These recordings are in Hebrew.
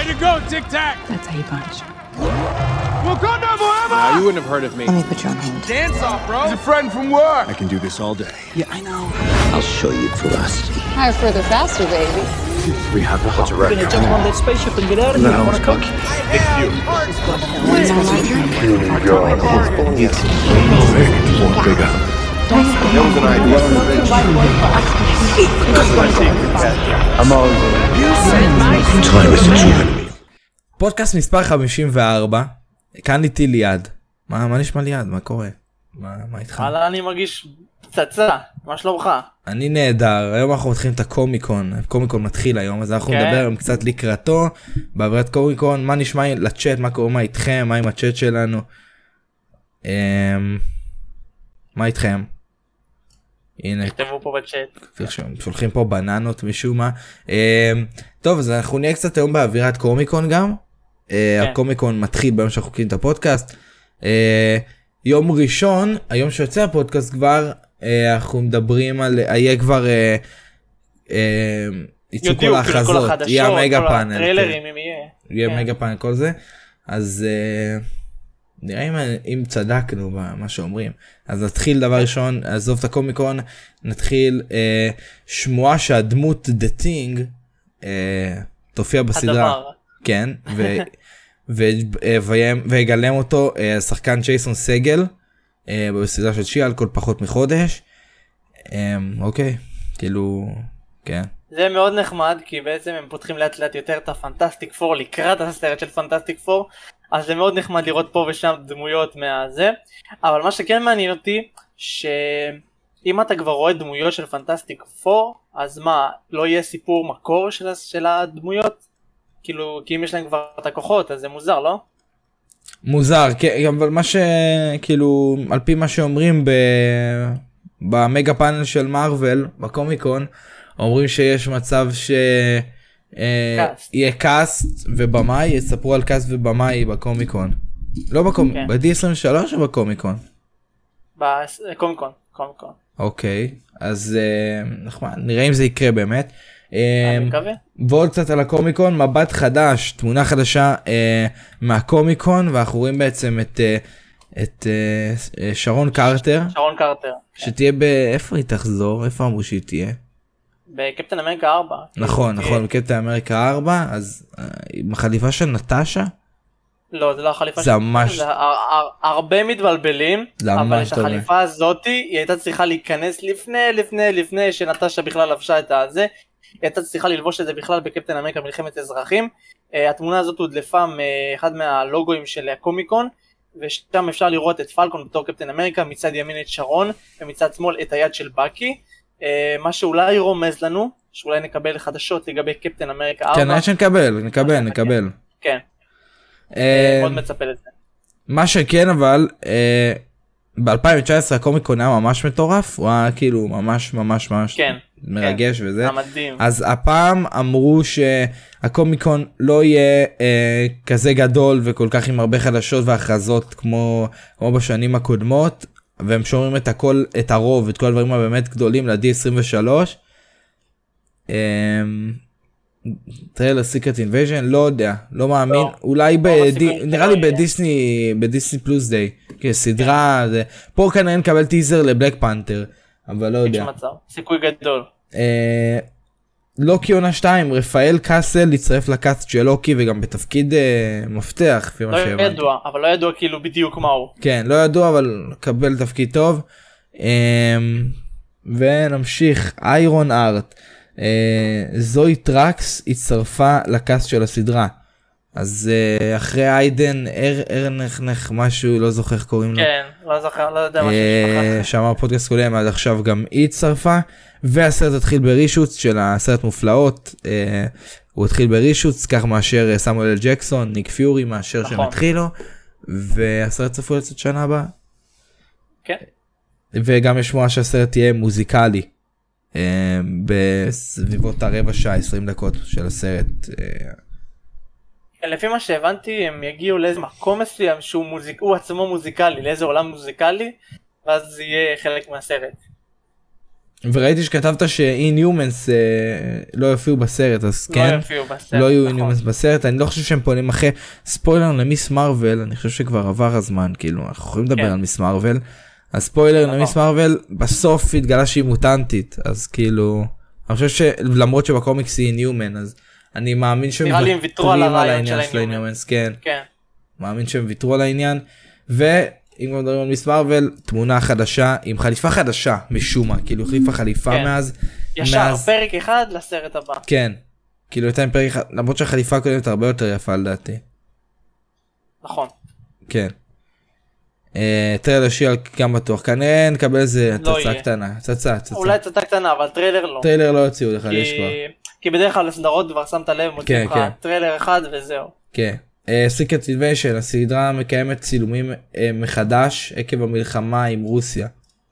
Way to go, Tic Tac! That's how you punch. Wakanda forever! Now, you wouldn't have heard of me. Let me put you on hold. Dance off, bro! He's a friend from work! I can do this all day. Yeah, I know. I'll show you ferocity. Higher, further, faster, baby. We have the what's a record. You're gonna jump on that spaceship and get out of here. You wanna cook? There was an idea. I'm all Time is the true enemy. פודקאסט מספר 54, כאן איתי ליעד. מה נשמע ליעד? מה קורה? מה איתך? וואלה, אני מרגיש פצצה, מה שלומך? אני נהדר, היום אנחנו מתחילים את הקומיקון, הקומיקון מתחיל היום, אז אנחנו נדבר עם קצת לקראתו, בעברת קומיקון, מה נשמע לצ'אט, מה קורה, מה איתכם, מה עם הצ'אט שלנו, מה איתכם? הנה, תכתבו פה בצ'אט. שולחים פה בננות משום מה. טוב, אז אנחנו נהיה קצת היום באווירת קומיקון גם, הקומיקון מתחיל ביום שאנחנו קוראים את הפודקאסט, יום ראשון, היום שיוצא הפודקאסט כבר, אנחנו מדברים על, יהיה כבר, יצאו כל ההכרזות, יהיה המגה פאנל, טריילרים אם יהיה מגה פאנל כל זה, אז נראה אם צדקנו במה שאומרים. אז נתחיל דבר ראשון, עזוב את הקומיקון, נתחיל שמועה שהדמות The Thing תופיע בסדרה. כן, ויגלם אותו שחקן ג'ייסון סגל בסדרה של שיאל כל פחות מחודש. אוקיי, כאילו, כן. זה מאוד נחמד, כי בעצם הם פותחים לאט לאט יותר את הפנטסטיק פור לקראת הסרט של פנטסטיק פור, אז זה מאוד נחמד לראות פה ושם דמויות מהזה, אבל מה שכן מעניין אותי, שאם אתה כבר רואה דמויות של פנטסטיק פור, אז מה, לא יהיה סיפור מקור של הדמויות? כאילו, כי אם יש להם כבר את הכוחות, אז זה מוזר, לא? מוזר, כן, אבל מה שכאילו, על פי מה שאומרים במגה פאנל של מארוול, בקומיקון, אומרים שיש מצב יהיה קאסט ובמאי, יספרו על קאסט ובמאי בקומיקון. לא בקומיקון, ב-D23 או בקומיקון? בקומיקון. אוקיי, אז נחמד, נראה אם זה יקרה באמת. אני מקווה. ועוד קצת על הקומיקון, מבט חדש, תמונה חדשה מהקומיקון, ואנחנו רואים בעצם את שרון קרטר. שרון קרטר. שתהיה איפה היא תחזור? איפה אמרו שהיא תהיה? בקפטן אמריקה 4. נכון, בקפטן אמריקה 4, אז החליפה של נטשה? לא, זה לא החליפה זה ממש... הרבה מתבלבלים, אבל את החליפה הזאת היא הייתה צריכה להיכנס לפני שנטשה בכלל לבשה את הזה, היא הייתה צריכה ללבוש את זה בכלל בקפטן אמריקה מלחמת אזרחים. התמונה הזאת הודלפה מאחד מהלוגויים של הקומיקון, ושם אפשר לראות את פלקון בתור קפטן אמריקה, מצד ימין את שרון, ומצד שמאל את היד של בקי. מה שאולי רומז לנו, שאולי נקבל חדשות לגבי קפטן אמריקה 4. כן, אני שנקבל. כן. מאוד מצפה לזה. מה שכן, אבל ב-2019 הקומיקון היה ממש מטורף, הוא היה כאילו ממש מרגש וזה. המדהים. אז הפעם אמרו שהקומיקון לא יהיה כזה גדול וכל כך עם הרבה חדשות והכרזות כמו בשנים הקודמות, והם שומרים את הכל, את הרוב, את כל הדברים הבאמת גדולים ל-D23. טריילר סיקרט אינבייז'ן, לא יודע, לא מאמין, אולי נראה לי בדיסני פלוס דיי, כסדרה, פה כנראה נקבל טיזר לבלק פנתר, אבל לא יודע. סיכוי גדול. לוקי עונה 2, רפאל קאסל יצטרף לקאסט של לוקי וגם בתפקיד מפתח. לא ידוע, אבל לא ידוע כאילו בדיוק מהו. כן, לא ידוע, אבל קבל תפקיד טוב. ונמשיך, איירון ארט. זוי טרקס הצטרפה לקאסט של הסדרה. אז אחרי איידן ארנחנך משהו, לא זוכר איך קוראים לו. כן, לא זוכר, לא יודע משהו שפחה. שאמר פודקאסט קודם, עד עכשיו גם היא הצטרפה. והסרט התחיל ברישוץ של הסרט מופלאות, הוא התחיל ברישוץ, כך מאשר סמואל אל ג'קסון, ניק פיורי, מאשר שהם התחילו, והסרט צפוי לצאת שנה הבאה. כן. וגם יש שמועה שהסרט תהיה מוזיקלי, בסביבות הרבע שעה, 20 דקות של הסרט. לפי מה שהבנתי, הם יגיעו לאיזה מקום מסוים שהוא עצמו מוזיקלי, לאיזה עולם מוזיקלי, ואז זה יהיה חלק מהסרט. וראיתי שכתבת ש-Inhumans לא יופיעו בסרט, אז כן, לא יהיו Inhumans בסרט, אני לא חושב שהם פועלים אחרי ספוילר למיס מרוול, אני חושב שכבר עבר הזמן, כאילו, אנחנו יכולים לדבר על מיס מרוול, אז ספוילר למיס מרוול, בסוף התגלה שהיא מוטנטית, אז כאילו, אני חושב שלמרות שבקומיקס היא Inhuman, אז אני מאמין שהם ויתרו על העניין של Inhumans, כן, מאמין שהם ויתרו על העניין, אם כבר מדברים על מיס מרוול, תמונה חדשה, עם חליפה חדשה, משום מה, כאילו החליפה חליפה מאז. ישר, פרק אחד לסרט הבא. כן, כאילו הייתה עם פרק אחד, למרות שהחליפה הקודמת הרבה יותר יפה לדעתי. נכון. כן. טריילר שיהיה גם בטוח, כנראה נקבל איזה הצצה קטנה, הצצה. אולי הצצה קטנה, אבל טריילר לא. טריילר לא יוציאו לך, יש כבר. כי בדרך כלל לסדרות כבר שמת לב, מוצאים לך טריילר אחד וזהו. כן. סיקרט אינביישן, הסדרה מקיימת צילומים מחדש עקב המלחמה עם רוסיה.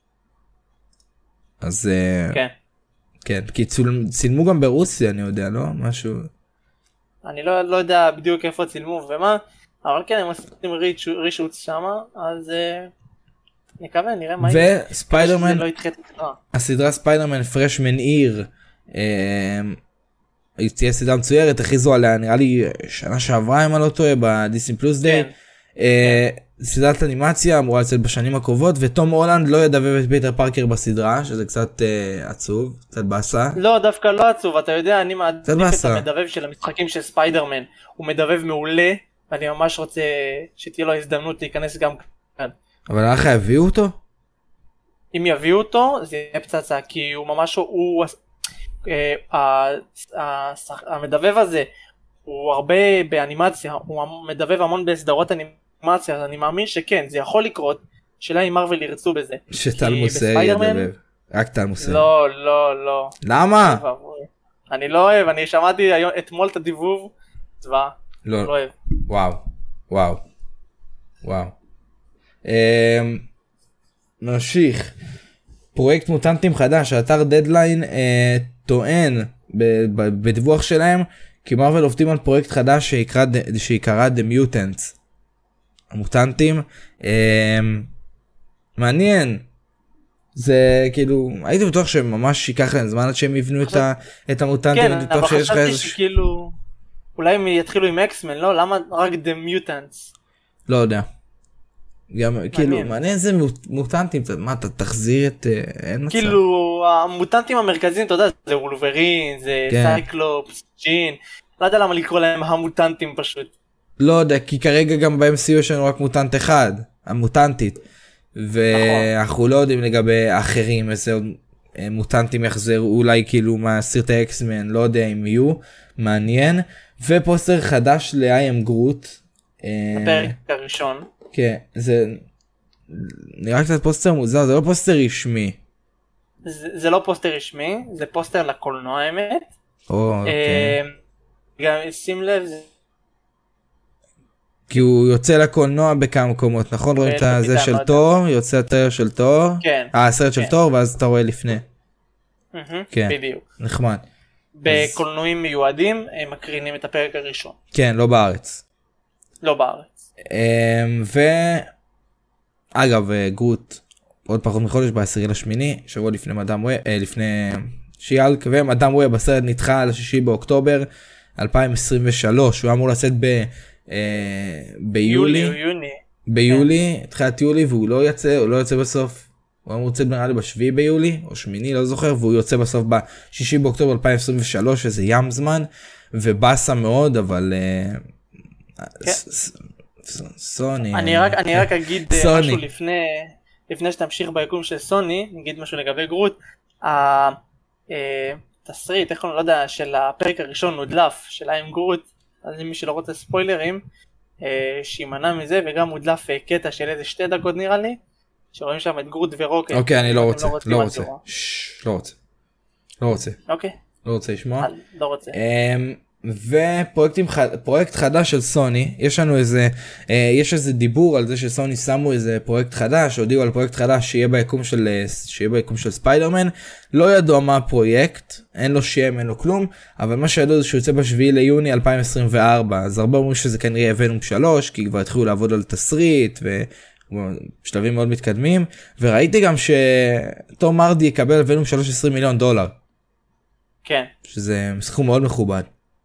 אז כן, כי צילמו גם ברוסיה, אני יודע, לא? משהו. אני לא יודע בדיוק איפה צילמו ומה, אבל כן, הם עושים רישוץ שם, אז נקווה, נראה מה יהיה. וספיידרמן, הסדרה ספיידרמן פרשמן עיר, היא תהיה סדרה מצוירת, הכריזו עליה נראה לי שנה שעברה אם אני לא טועה בדיסני פלוס דיי, סדרת אנימציה אמורה לצאת בשנים הקרובות, וטום הולנד לא ידבב את פיטר פארקר בסדרה, שזה קצת עצוב, קצת באסה. לא, דווקא לא עצוב, אתה יודע, אני מעדיף את המדבב של המשחקים של ספיידרמן, הוא מדבב מעולה, ואני ממש רוצה שתהיה לו הזדמנות להיכנס גם כאן. אבל איך יביאו אותו? אם יביאו אותו, זה יהיה פצצה, כי הוא ממש, המדבב הזה הוא הרבה באנימציה, הוא מדבב המון בסדרות אנימציה, אז אני מאמין שכן, זה יכול לקרות, שאלה אם מרוול ירצו בזה. שטל מוסר ידבב, רק טל מוסר. לא. למה? אני לא אוהב, אני שמעתי אתמול את הדיבוב, צבא, לא אוהב. וואו. נמשיך. פרויקט מוטנטים חדש, האתר דדליין טוען בדיווח שלהם כי מרוול עובדים על פרויקט חדש שיקרא The Mutants, המוטנטים. מעניין, זה כאילו הייתי בטוח שממש ייקח להם זמן עד שהם יבנו את המוטנטים. כן, אבל חשבתי שכאילו אולי הם יתחילו עם אקסמן, לא? למה רק The Mutants? לא יודע, גם כאילו מעניין איזה מוטנטים, מה אתה תחזיר את אין מצב, כאילו המוטנטים המרכזיים אתה יודע זה וולברין, זה סייקלופס, ג'ין, לא יודע למה לקרוא להם המוטנטים פשוט, לא יודע, כי כרגע גם ב-MCU יש לנו רק מוטנט אחד, המוטנטית, ואנחנו לא יודעים לגבי האחרים איזה מוטנטים יחזרו, אולי כאילו מהסרטי אקסמן, לא יודע אם יהיו, מעניין. ופוסטר חדש ל-I am Groot, הפרק הראשון. כן, זה נראה קצת פוסטר מוזר, זה לא פוסטר רשמי. זה לא פוסטר רשמי, זה פוסטר לקולנוע האמת. גם שים לב, כי הוא יוצא לקולנוע בכמה מקומות, נכון? רואים את זה של תור, יוצא הטריילר של תור, הסרט של תור, ואז אתה רואה לפני. בדיוק. נחמד. בקולנועים מיועדים הם מקרינים את הפרק הראשון. כן, לא בארץ. לא בארץ. אגב, גרוט, עוד פחות מחודש, ב10/8, שבוע לפני לפני שיאלק, ומאדם וויה בסרט נדחה על 6 באוקטובר 2023, הוא אמור לצאת ביולי, תחילת יולי, והוא לא יוצא בסוף, הוא אמור לצאת נראה לי ב7 ביולי, או 8, לא זוכר, והוא יוצא בסוף ב6 באוקטובר 2023, שזה ים זמן, ובאסה מאוד, אבל סוני. אני רק אגיד משהו לפני שתמשיך ביקום של סוני, נגיד משהו לגבי גרוט, התסריט, איך אני לא יודע, של הפרק הראשון מודלף, של I'm גרוט, אז מי שלא רוצה ספוילרים, שימנע מזה, וגם מודלף קטע של איזה 2 דקות נראה לי, שרואים שם את גרוט ורוקט. אוקיי, אני לא רוצה. אוקיי. לא רוצה לשמוע. לא רוצה. ופרויקט חדש של סוני, יש איזה דיבור על זה שסוני שמו איזה פרויקט חדש, הודיעו על פרויקט חדש שיהיה ביקום של ספיידרמן, לא ידוע מה הפרויקט, אין לו שם, אין לו כלום, אבל מה שידעו זה שהוא יוצא ב7 ליוני 2024, אז הרבה אומרים שזה כנראה ונום 3, כי כבר התחילו לעבוד על תסריט, בשלבים מאוד מתקדמים, וראיתי גם שתום הרדי יקבל ונום 320 מיליון דולר. כן. שזה סכום מאוד מכובד.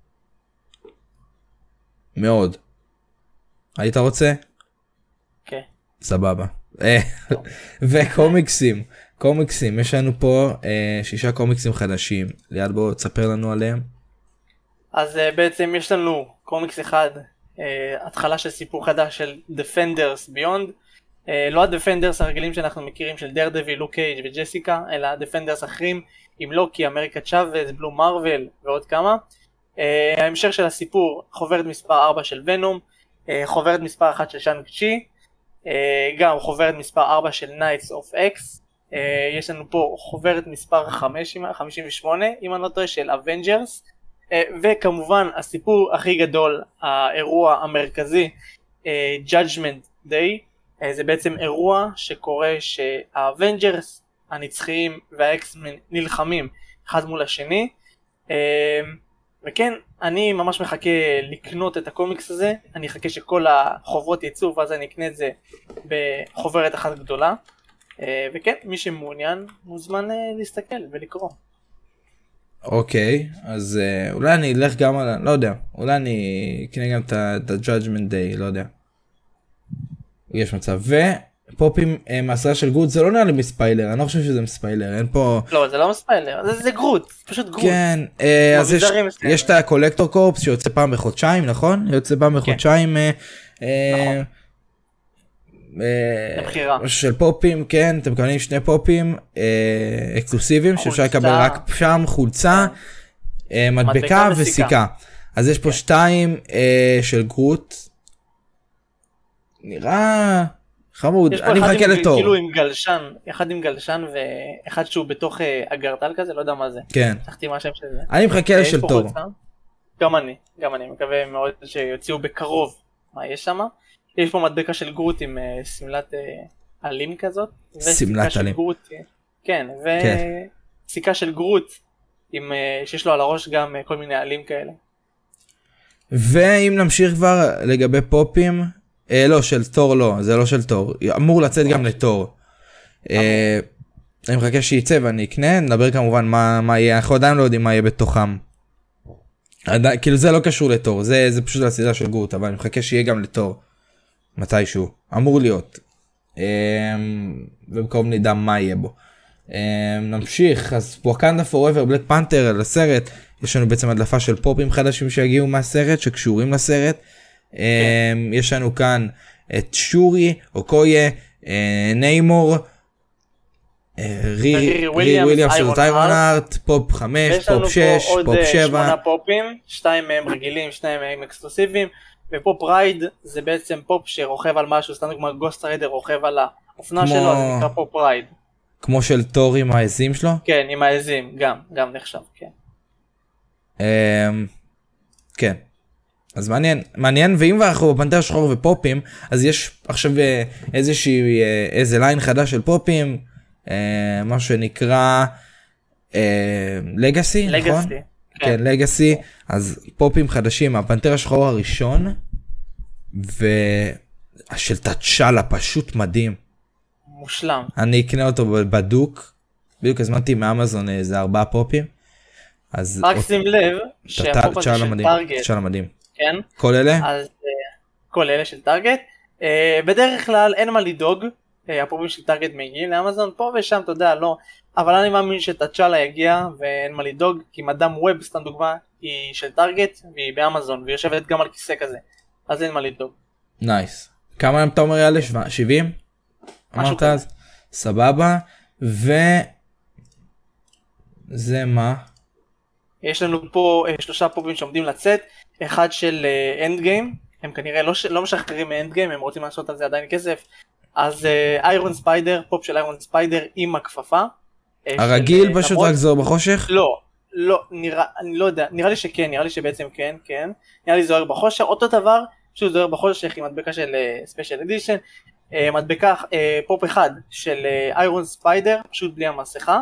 מאוד. היית רוצה? כן. סבבה. וקומיקסים. קומיקסים, יש לנו פה 6 קומיקסים חדשים. ליד בוא, תספר לנו עליהם. אז בעצם יש לנו קומיקס אחד, התחלה של סיפור חדש של Defenders Beyond. לא הדפנדרס הרגילים שאנחנו מכירים של דרדביל, לוק קייג' וג'סיקה, אלא הדפנדרס אחרים עם לוקי, אמריקה צ'אבז, בלו מרוול ועוד כמה. ההמשך של הסיפור, חוברת מספר 4 של ונום, חוברת מספר 1 של שאנג צ'י, גם חוברת מספר 4 של Knights of X, יש לנו פה חוברת מספר 58 אם אני לא טועה של Avengers, וכמובן הסיפור הכי גדול, האירוע המרכזי, Judgment Day. זה בעצם אירוע שקורה שהאבנג'רס הנצחיים והאקסמן נלחמים אחד מול השני, וכן, אני ממש מחכה לקנות את הקומיקס הזה, אני אחכה שכל החוברות יצאו ואז אני אקנה את זה בחוברת אחת גדולה, וכן, מי שמעוניין מוזמן להסתכל ולקרוא. אוקיי, אז אולי אני אלך גם על, לא יודע, אולי אני אקנה גם את ה-Judgment Day, לא יודע. יש מצב, ופופים מהסרט של גרוט, זה לא נראה לי מספיילר, אני לא חושב שזה מספיילר, אין פה... לא, זה לא מספיילר, זה גרוט, פשוט גרוט. כן, אז יש את הקולקטור קורפס שיוצא פעם בחודשיים, נכון? יוצא פעם בחודשיים, נכון. לבחירה. של פופים, כן, אתם מקבלים 2 פופים אקסקלוסיביים, שאפשר לקבל רק שם, חולצה, מדבקה וסיכה. אז יש פה 2 של גרוט, נראה חמוד, אני מחכה לתור. כאילו עם גלשן, אחד עם גלשן ואחד שהוא בתוך אגרטל כזה, לא יודע מה זה. כן. שכחתי מה השם של זה. אני מחכה לשל תור. גם אני מקווה מאוד שיוציאו בקרוב מה יש שם. יש פה מדבקה של גרוט עם סמלת עלים כזאת. סמלת עלים. כן, וסיכה של גרוט שיש לו על הראש גם כל מיני עלים כאלה. ואם נמשיך כבר לגבי פופים, לא, של תור לא, זה לא של תור, אמור לצאת גם לתור. אני מחכה שייצא ואני אקנה, נדבר כמובן מה יהיה, אנחנו עדיין לא יודעים מה יהיה בתוכם. כאילו זה לא קשור לתור, זה פשוט לסדרה של גרוט, אבל אני מחכה שיהיה גם לתור, מתישהו, אמור להיות. ובקרוב נדע מה יהיה בו. נמשיך, אז וואקנדה פוראבר, בלק פנתר, לסרט, יש לנו בעצם הדלפה של פופים חדשים שיגיעו מהסרט, שקשורים לסרט. יש לנו כאן את שורי, אוקויה, ניימור, רירי וויליאמס של טיירון הארט, פופ 5, פופ 6, פופ 7. יש לנו פה עוד 8 פופים, 2 מהם רגילים, 2 מהם אקסקלוסיביים, ופופ רייד זה בעצם פופ שרוכב על משהו, סתם כמו גוסט ריידר רוכב על האופנה שלו, זה נקרא פופ רייד. כמו של תור עם העזים שלו? כן, עם העזים, גם נחשב, כן. כן. אז מעניין, ואם אנחנו בפנתר שחור ופופים, אז יש עכשיו איזה ליין חדש של פופים, מה שנקרא לגאסי, נכון? כן, לגאסי, אז פופים חדשים, הפנתר השחור הראשון, ושל תצ'אלה, פשוט מדהים. מושלם. אני אקנה אותו בדוק, בדיוק הזמנתי מאמזון איזה 4 פופים. רק שים לב, שהפופ הזה של טארגט, תצ'אלה מדהים. כן. כל אלה? אז כל אלה של טארגט. בדרך כלל אין מה לדאוג, הפופים של טארגט מגיעים לאמזון, פה ושם אתה יודע, לא. אבל אני מאמין שתצ'אלה יגיע ואין מה לדאוג, כי מדאם ווב, סתם דוגמה, היא של טארגט והיא באמזון, והיא יושבת גם על כיסא כזה. אז אין מה לדאוג. נייס. כמה אתה אומר יעלה? 70? אמרת אז? סבבה. וזה מה? יש לנו פה 3 פופים שעומדים לצאת. אחד של אנד גיים, הם כנראה לא משחררים מאנד גיים, הם רוצים לעשות על זה עדיין כסף. אז איירון ספיידר, פופ של איירון ספיידר עם הכפפה. הרגיל פשוט רק זוהר בחושך? לא, אני לא יודע, נראה לי שכן, נראה לי שבעצם כן, נראה לי זוהר בחושך, אותו דבר, פשוט זוהר בחושך עם מדבקה של ספיישל אדישן, מדבקה פופ אחד של איירון ספיידר, פשוט בלי המסכה,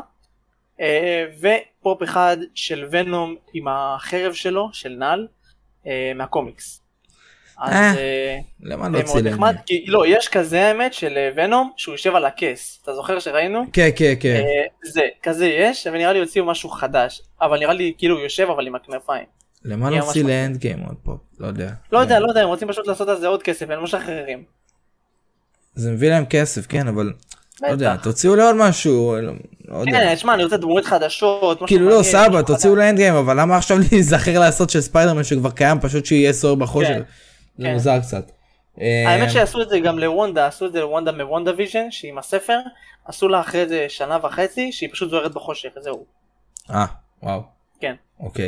ופופ אחד של ונום עם החרב שלו, של נל, מהקומיקס. אז למה זה לא מאוד נחמד, כי לא, יש כזה האמת של ונום שהוא יושב על הכס, אתה זוכר שראינו? כן, כן, כן. זה, כזה יש, אבל נראה לי יוציאו משהו חדש, אבל נראה לי כאילו הוא יושב אבל עם הכנפיים. למה לא הוציא לאנד גיים עוד פה? לא יודע. לא יודע, הם רוצים פשוט לעשות על זה עוד כסף, הם משחררים. זה מביא להם כסף, כן, אבל לא יודע, תוציאו לעוד משהו, לא יודע. כן, שמע, אני רוצה דמויות חדשות, כאילו לא, סבא, תוציאו לאנד גיים, אבל למה עכשיו להיזכר לעשות של ספיידרמן שכבר קיים, פשוט שיהיה סור בחושך? זה מוזר קצת. האמת שעשו את זה גם לוונדה, עשו את זה לוונדה מוונדה ויז'ן, שהיא עם הספר, עשו לה אחרי זה 1.5 שנה, שהיא פשוט זוהרת בחושך, זהו. וואו. כן. אוקיי.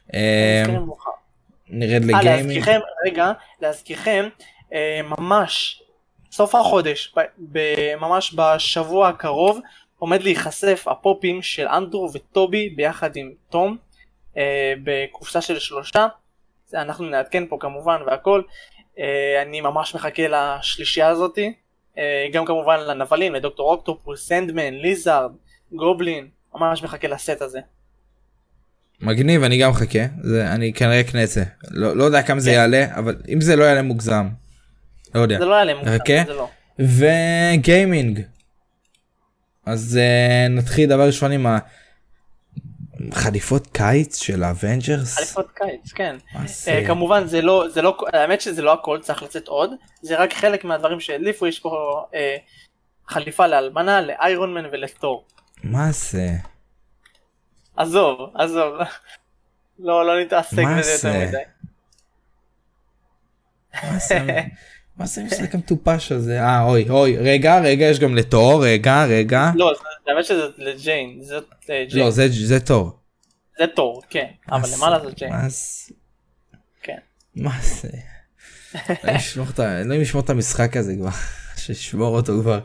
נרד לגיימינג. להזכירכם, ממש סוף החודש, ממש בשבוע הקרוב, עומד להיחשף הפופים של אנדרו וטובי ביחד עם תום, בקופסה של 3. אנחנו נעדכן פה כמובן והכל. אני ממש מחכה לשלישייה הזאתי, גם כמובן לנבלים, לדוקטור אוקטופוס, סנדמן, ליזארד, גובלין, ממש מחכה לסט הזה. מגניב, אני גם מחכה, אני כנראה אקנה את זה, לא יודע כמה זה יעלה, אבל אם זה לא יעלה מוגזם, לא יודע. זה לא יעלה מוגזם, זה לא. וגיימינג, אז נתחיל דבר ראשון עם חליפות קיץ של האבנג'רס. חליפות קיץ, כן. כמובן זה לא, האמת שזה לא הכל, צריך לצאת עוד, זה רק חלק מהדברים שהדליפו, יש פה חליפה לאלמנה, לאיירון מן ולתור. מה זה? עזוב, לא נתעסק בזה יותר מדי. מה זה משחק המטופש הזה? אוי, רגע, יש גם לתור, רגע. לא, האמת שזה לג'יין, לא, זה תור. זה תור, כן, אבל למעלה זה ג'יין. כן. מה זה? אלוהים ישמור את המשחק הזה כבר, ששמור אותו כבר.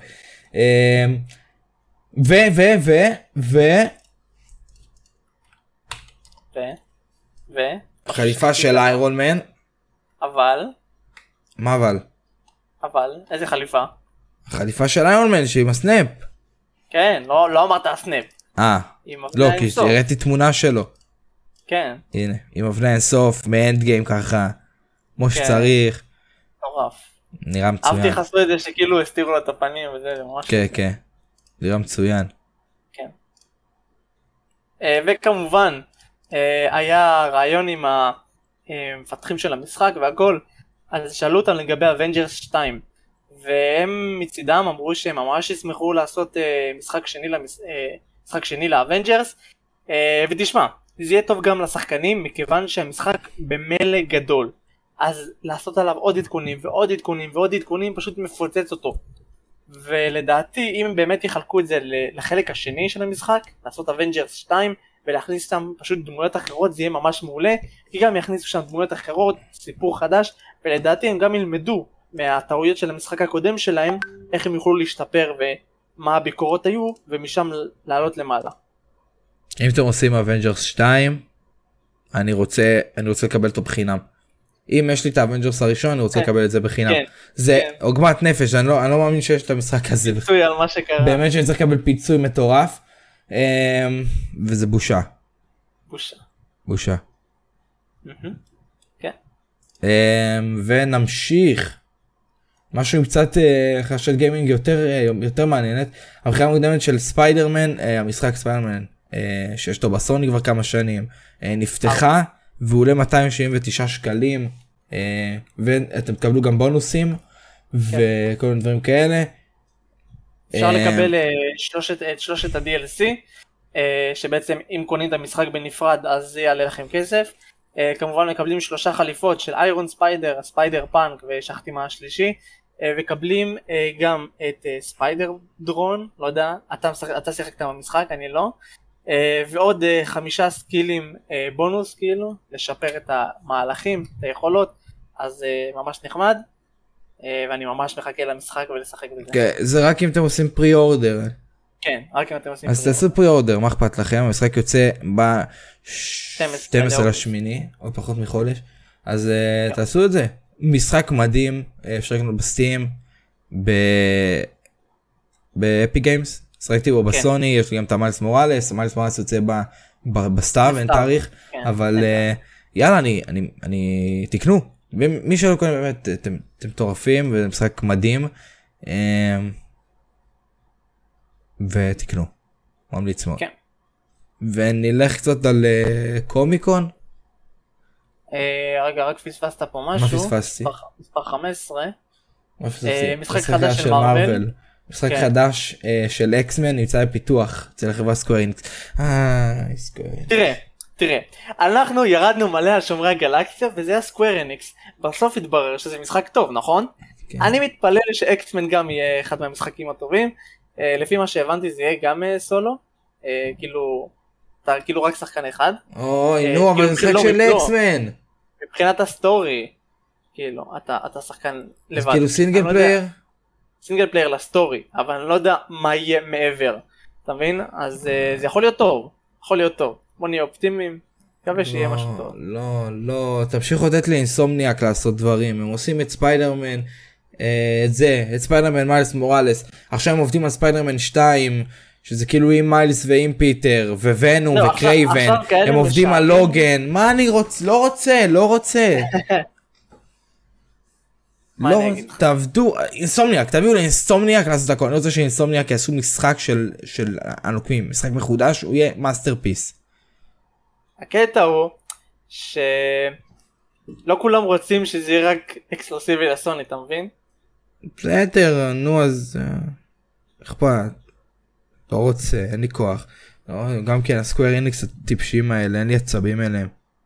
חליפה של איירון מן. אבל? מה אבל? אבל, איזה חליפה? החליפה של איירון מן שהיא עם הסנאפ. כן, לא אמרת הסנאפ. לא, כי הראיתי תמונה שלו. כן. הנה, עם אבני אינסוף, מאנד גיים ככה, כמו שצריך. טורף. נראה מצוין. אהבתי חסו את זה שכאילו הסתירו לו את הפנים וזה ממש. כן. נראה מצוין. כן. וכמובן, היה רעיון עם המפתחים של המשחק והכל, אז שאלו אותם לגבי אבנג'רס 2, והם מצידם אמרו שהם ממש ישמחו לעשות משחק שני לאבנג'רס, ותשמע, זה יהיה טוב גם לשחקנים, מכיוון שהמשחק במלא גדול, אז לעשות עליו עוד עדכונים ועוד עדכונים ועוד עדכונים פשוט מפוצץ אותו, ולדעתי אם באמת יחלקו את זה לחלק השני של המשחק, לעשות אבנג'רס 2, ולהכניס שם פשוט דמויות אחרות, זה יהיה ממש מעולה, כי גם יכניסו שם דמויות אחרות, סיפור חדש, ולדעתי הם גם ילמדו מהטעויות של המשחק הקודם שלהם, איך הם יוכלו להשתפר ומה הביקורות היו, ומשם לעלות למעלה. אם אתם עושים אבנג'רס 2, אני רוצה לקבל אותו בחינם. אם יש לי את האבנג'רס הראשון, אני רוצה לקבל את זה בחינם. זה עוגמת נפש, אני לא מאמין שיש את המשחק הזה. פיצוי על מה שקרה. באמת שאני צריך לקבל פיצוי מטורף. וזה בושה. כן. ונמשיך משהו עם קצת חשת גיימינג יותר מעניינת. הבחירה המוקדמת של ספיידרמן, המשחק ספיידרמן שיש אותו בסוני כבר כמה שנים, נפתחה והוא עולה 279 שקלים, ואתם תקבלו גם בונוסים וכל מיני דברים כאלה. אפשר לקבל את שלושת ה-DLC, שבעצם אם קונים את המשחק בנפרד אז זה יעלה לכם כסף. כמובן מקבלים 3 חליפות של איירון ספיידר, ספיידר פאנק ושכחתי מה השלישי, וקבלים גם את ספיידר דרון, לא יודע, אתה שיחקת במשחק, אני לא, ועוד 5 סקילים בונוס כאילו, לשפר את המהלכים, את היכולות, אז ממש נחמד. ואני ממש מחכה למשחק ולשחק בזה. כן, זה רק אם אתם עושים פרי-אורדר. כן, רק אם אתם עושים אז תעשו פרי-אורדר, מה אכפת לכם? המשחק יוצא ב-12 לשמיני, עוד פחות מחודש. אז תעשו את זה. משחק מדהים, אפשר לקנות בסטים, באפי גיימס. שחקתי בו בסוני, יש לי גם את מיילס מוראלס, מיילס מוראלס יוצא בסתיו, אין תאריך. אבל יאללה, תקנו. ומי שלא קונה באמת, אתם מטורפים, וזה משחק מדהים, ותקנו, ממליץ מאוד. כן. ונלך קצת על קומיקון. רגע, רק פספסת פה משהו. מה פספסתי? מספר 15. משחק חדש של מארוול. משחק חדש של אקסמן נמצא בפיתוח אצל החברה סקווריניקס. תראה, אנחנו ירדנו מלא על שומרי הגלקסיה וזה היה סקווריניקס. בסוף התברר שזה משחק טוב, נכון? אני מתפלל שאקסמן גם יהיה אחד מהמשחקים הטובים. לפי מה שהבנתי זה יהיה גם סולו. כאילו רק שחקן אחד. אוי נו, אבל זה משחק של אקסמן. מבחינת הסטורי, כאילו, אתה שחקן לבד. אז כאילו סינגל פלייר? סינגל פלייר לסטורי, אבל אני לא יודע מה יהיה מעבר. אתה מבין? אז זה יכול להיות טוב. יכול להיות טוב. בוא נהיה אופטימיים. מקווה שיהיה משהו טוב. לא, תמשיכו לתת לאינסומניאק לעשות דברים. הם עושים את ספיידרמן, את ספיידרמן מיילס מוראלס. עכשיו הם עובדים על ספיידרמן 2, שזה כאילו עם מיילס ועם פיטר, וונום וקרייבן. הם עובדים על לוגן. מה אני רוצה? לא רוצה. לא, תעבדו, אינסומניאק, תביאו לאינסומניאק לעשות הכל. אני רוצה שאינסומניאק יעשו משחק של הנוקמים, משחק מחודש, הוא יהיה מאסטרפיס. הקטע הוא שלא כולם רוצים שזה יהיה רק אקסקלוסיבי לסוני, אתה מבין? בסדר, נו אז אכפת, לא רוצה, אין לי כוח. גם כן הסקוואר איניקס הטיפשים האלה, אין לי עצבים אליהם.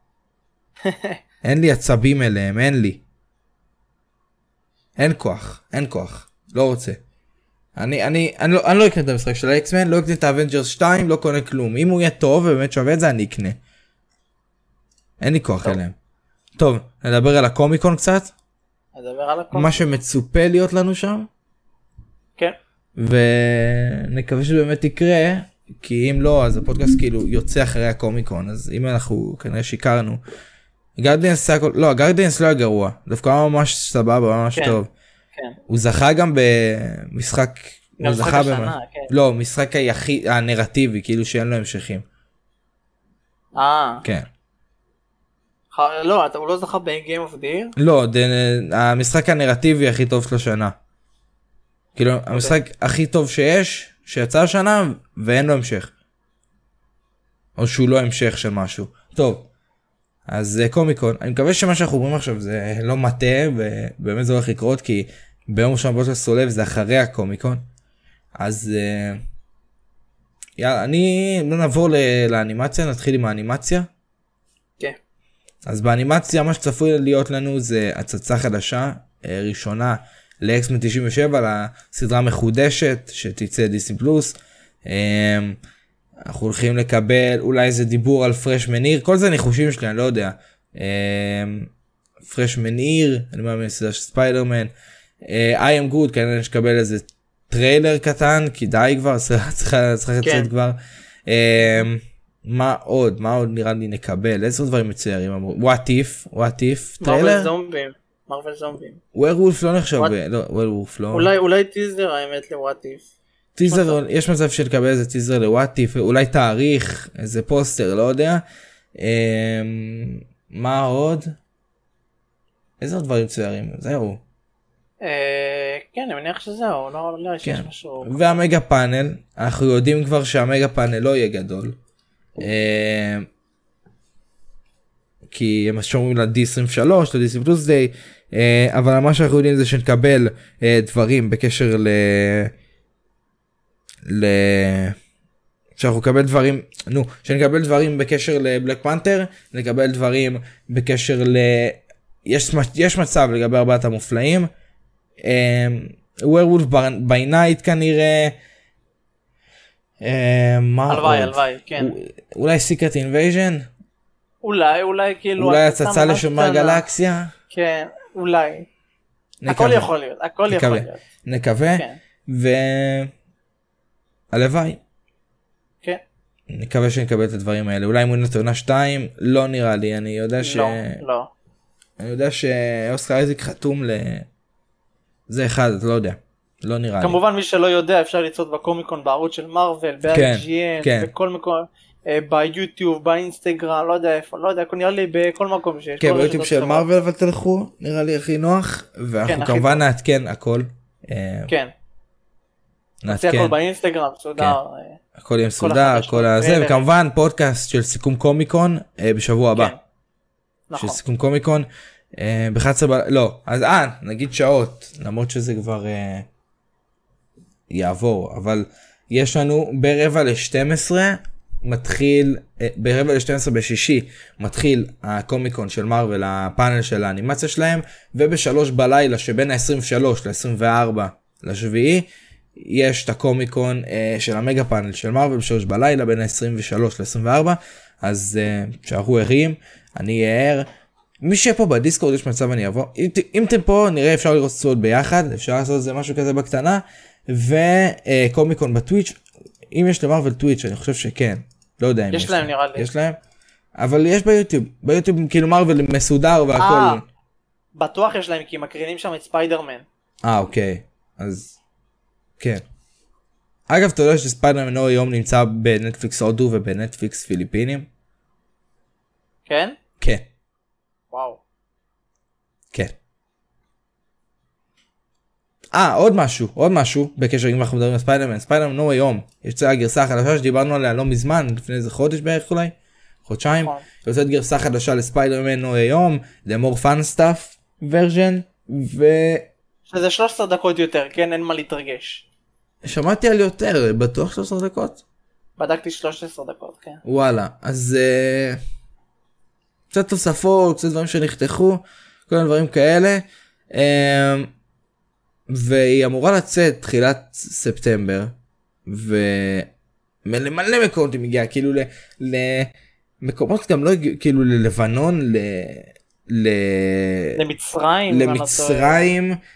אין כוח, לא רוצה. אני לא אקנה את המשחק של האקסמן, לא אקנה את האבנג'רס 2, לא קונה כלום. אם הוא יהיה טוב ובאמת שווה את זה, אני אקנה. אין לי כוח אליהם. טוב, נדבר על הקומיקון קצת. מה שמצופה להיות לנו שם. כן. ונקווה שבאמת יקרה, כי אם לא, אז הפודקאסט כאילו יוצא אחרי הקומיקון, אז אם אנחנו כנראה שיקרנו. גרדיאנס לא היה גרוע, דווקא היה ממש סבבה, ממש טוב. הוא זכה גם במשחק, הוא זכה לא, משחק הנרטיבי, כאילו שאין לו המשכים. כן. לא, הוא לא זכה ב-Game of the Year? לא, המשחק הנרטיבי הכי טוב של השנה. כאילו, המשחק הכי טוב שיש, שיצא השנה, ואין לו המשך. או שהוא לא המשך של משהו. טוב. אז קומיקון, אני מקווה שמה שאנחנו אומרים עכשיו זה לא מטה, ובאמת זה הולך לקרות, כי ביום ראשון בוטל סולב זה אחרי הקומיקון. אז יאללה, נעבור לאנימציה, נתחיל עם האנימציה. כן. אז באנימציה מה שצפוי להיות לנו זה הצצה חדשה, ראשונה לאקסמן 97, לסדרה מחודשת שתצא דיסני פלוס. אנחנו הולכים לקבל אולי איזה דיבור על פרשמן עיר, כל זה ניחושים שלי, אני לא יודע. פרשמן עיר, אני מאמין סדרה של ספיידרמן. I am good, כנראה נשקבל איזה טריילר קטן, כי די כבר, צריכה לצאת כבר. מה עוד נראה לי נקבל? איזה דברים מצוירים? What if, טריילר? מרוול זומבים. ווירולף לא נחשב, ווירולף לא. אולי טיזר האמת ל-What if. טיזר, יש מצב של לקבל איזה טיזר ל-What if, אולי תאריך, איזה פוסטר, לא יודע. מה עוד? איזה דברים צוערים? זהו. כן, אני מניח שזהו, לא יש משהו. והמגה פאנל, אנחנו יודעים כבר שהמגה פאנל לא יהיה גדול. כי הם שומרים ל-D23, ל-DC פלוס דיי, אבל מה שאנחנו יודעים זה שנקבל דברים בקשר שאנחנו נקבל דברים, שנקבל דברים בקשר לבלק פנתר, נקבל דברים בקשר יש מצב לגבי ארבעת המופלאים, Werewolf by Night כנראה, הלוואי, כן. אולי Secret Invasion? אולי כאילו... אולי הצצה לשומרי גלקסיה? כן, אולי. הכל יכול להיות, נקווה, הלוואי. כן. נקווה שנקבל את הדברים האלה. אולי מונת עונה 2, לא נראה לי, אני יודע לא. אני יודע שאוסקר אייזק חתום זה אחד, אתה לא יודע. לא נראה לי. כמובן מי שלא יודע, אפשר לצפות בקומיקון בערוץ של מארוול, ב-IGN, בכל מקום. ביוטיוב, באינסטגרם, לא יודע איפה, לא יודע, נראה לי בכל מקום שיש. כן, ביוטיוב של מרוול אבל תלכו, נראה לי הכי נוח, ואנחנו כמובן נעדכן הכל. כן. נעשה הכל באינסטגרם, סודר. הכל יהיה מסודר, הכל הזה, וכמובן פודקאסט של סיכום קומיקון בשבוע הבא. של סיכום קומיקון, ב-11 לא, אז נגיד שעות, למרות שזה כבר יעבור, אבל יש לנו ב-11:45 מתחיל, ב-11:45 בשישי מתחיל הקומיקון של מרוול, הפאנל של האנימציה שלהם, וב-3 בלילה שבין ה-23 ל-24 לשביעי, יש את הקומיקון של המגה פאנל של מרוול ב-3 בלילה בין ה-23 ל-24, אז שערו ערים, אני אהיה ער, מי שיהיה פה בדיסקורד יש מצב אני אבוא, אם אתם פה נראה אפשר לראות סוד ביחד, אפשר לעשות זה משהו כזה בקטנה, וקומיקון בטוויץ', אם יש למרוול טוויץ' אני חושב שכן, לא יודע אם יש להם נראה לי. יש להם, אבל יש ביוטיוב כאילו מרוול מסודר והכל. בטוח יש להם כי מקרינים שם את ספיידרמן. אוקיי, אז כן. אגב אתה יודע שספיידרמן היום נמצא בנטפליקס הודו ובנטפליקס פיליפינים? כן? כן. וואו. כן. עוד משהו בקשר אם אנחנו מדברים על ספיידרמן נו היום, יוצא הגרסה החדשה שדיברנו עליה לא מזמן, לפני איזה חודש בערך אולי, חודשיים, יוצאת גרסה חדשה לספיידרמן נו היום, The More Fun Stuff version, שזה 13 דקות יותר, כן, אין מה להתרגש. שמעתי על יותר, בטוח 13 דקות? בדקתי 13 דקות, כן. וואלה, אז קצת תוספות, קצת דברים שנחתכו, כל הדברים כאלה, והיא אמורה לצאת תחילת ספטמבר, ומלא מקומות היא מגיעה, כאילו למקומות גם לא, כאילו ללבנון, למצרים,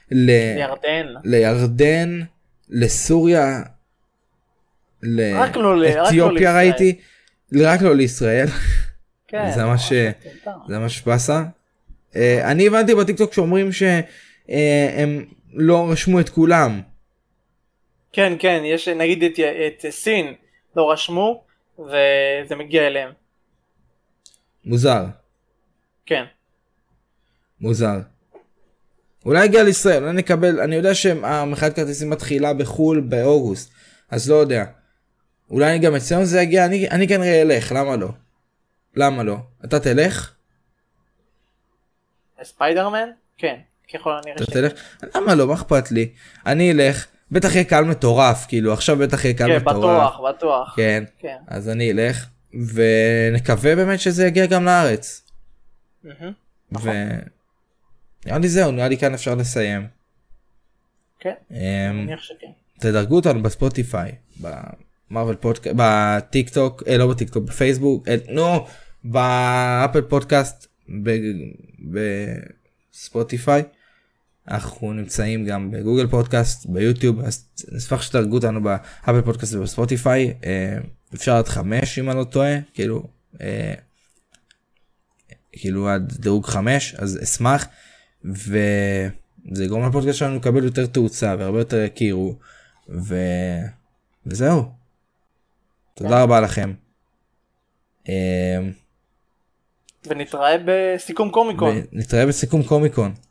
לירדן, לסוריה, לאתיופיה ראיתי, רק לא לישראל, זה ממש פסה. אני הבנתי בטיקטוק שאומרים שהם לא רשמו את כולם. כן, יש נגיד את סין לא רשמו וזה מגיע אליהם. מוזר. כן. מוזר. אולי הגיע לישראל, אולי נקבל, אני יודע שהמחאת כרטיסים מתחילה בחול באוגוסט, אז לא יודע. אולי גם אצלנו זה יגיע, אני כנראה אלך, למה לא? אתה תלך? ספיידרמן? כן, ככל הנראה אתה תלך? למה לא? מה אכפת לי? אני אלך, בטח יהיה קהל מטורף, כאילו, עכשיו בטח יהיה קהל מטורף. כן, בטוח. כן, אז אני אלך, ונקווה באמת שזה יגיע גם לארץ. נראה לי זהו, נראה לי כאן אפשר לסיים. כן, אני חושב שכן. תדרגו אותנו בספוטיפיי, במרוול פודקאסט, בטיק טוק, לא בטיק טוק, בפייסבוק, באפל פודקאסט, בספוטיפיי. אנחנו נמצאים גם בגוגל פודקאסט, ביוטיוב, אז נשמח שתדרגו אותנו באפל פודקאסט ובספוטיפיי. אפשר עד 5 אם אני לא טועה, כאילו עד דירוג 5, אז אשמח. וזה יגרום לפודקאסט שלנו לקבל יותר תאוצה והרבה יותר יכירו, וזהו. תודה רבה לכם. ונתראה בסיכום קומיקון.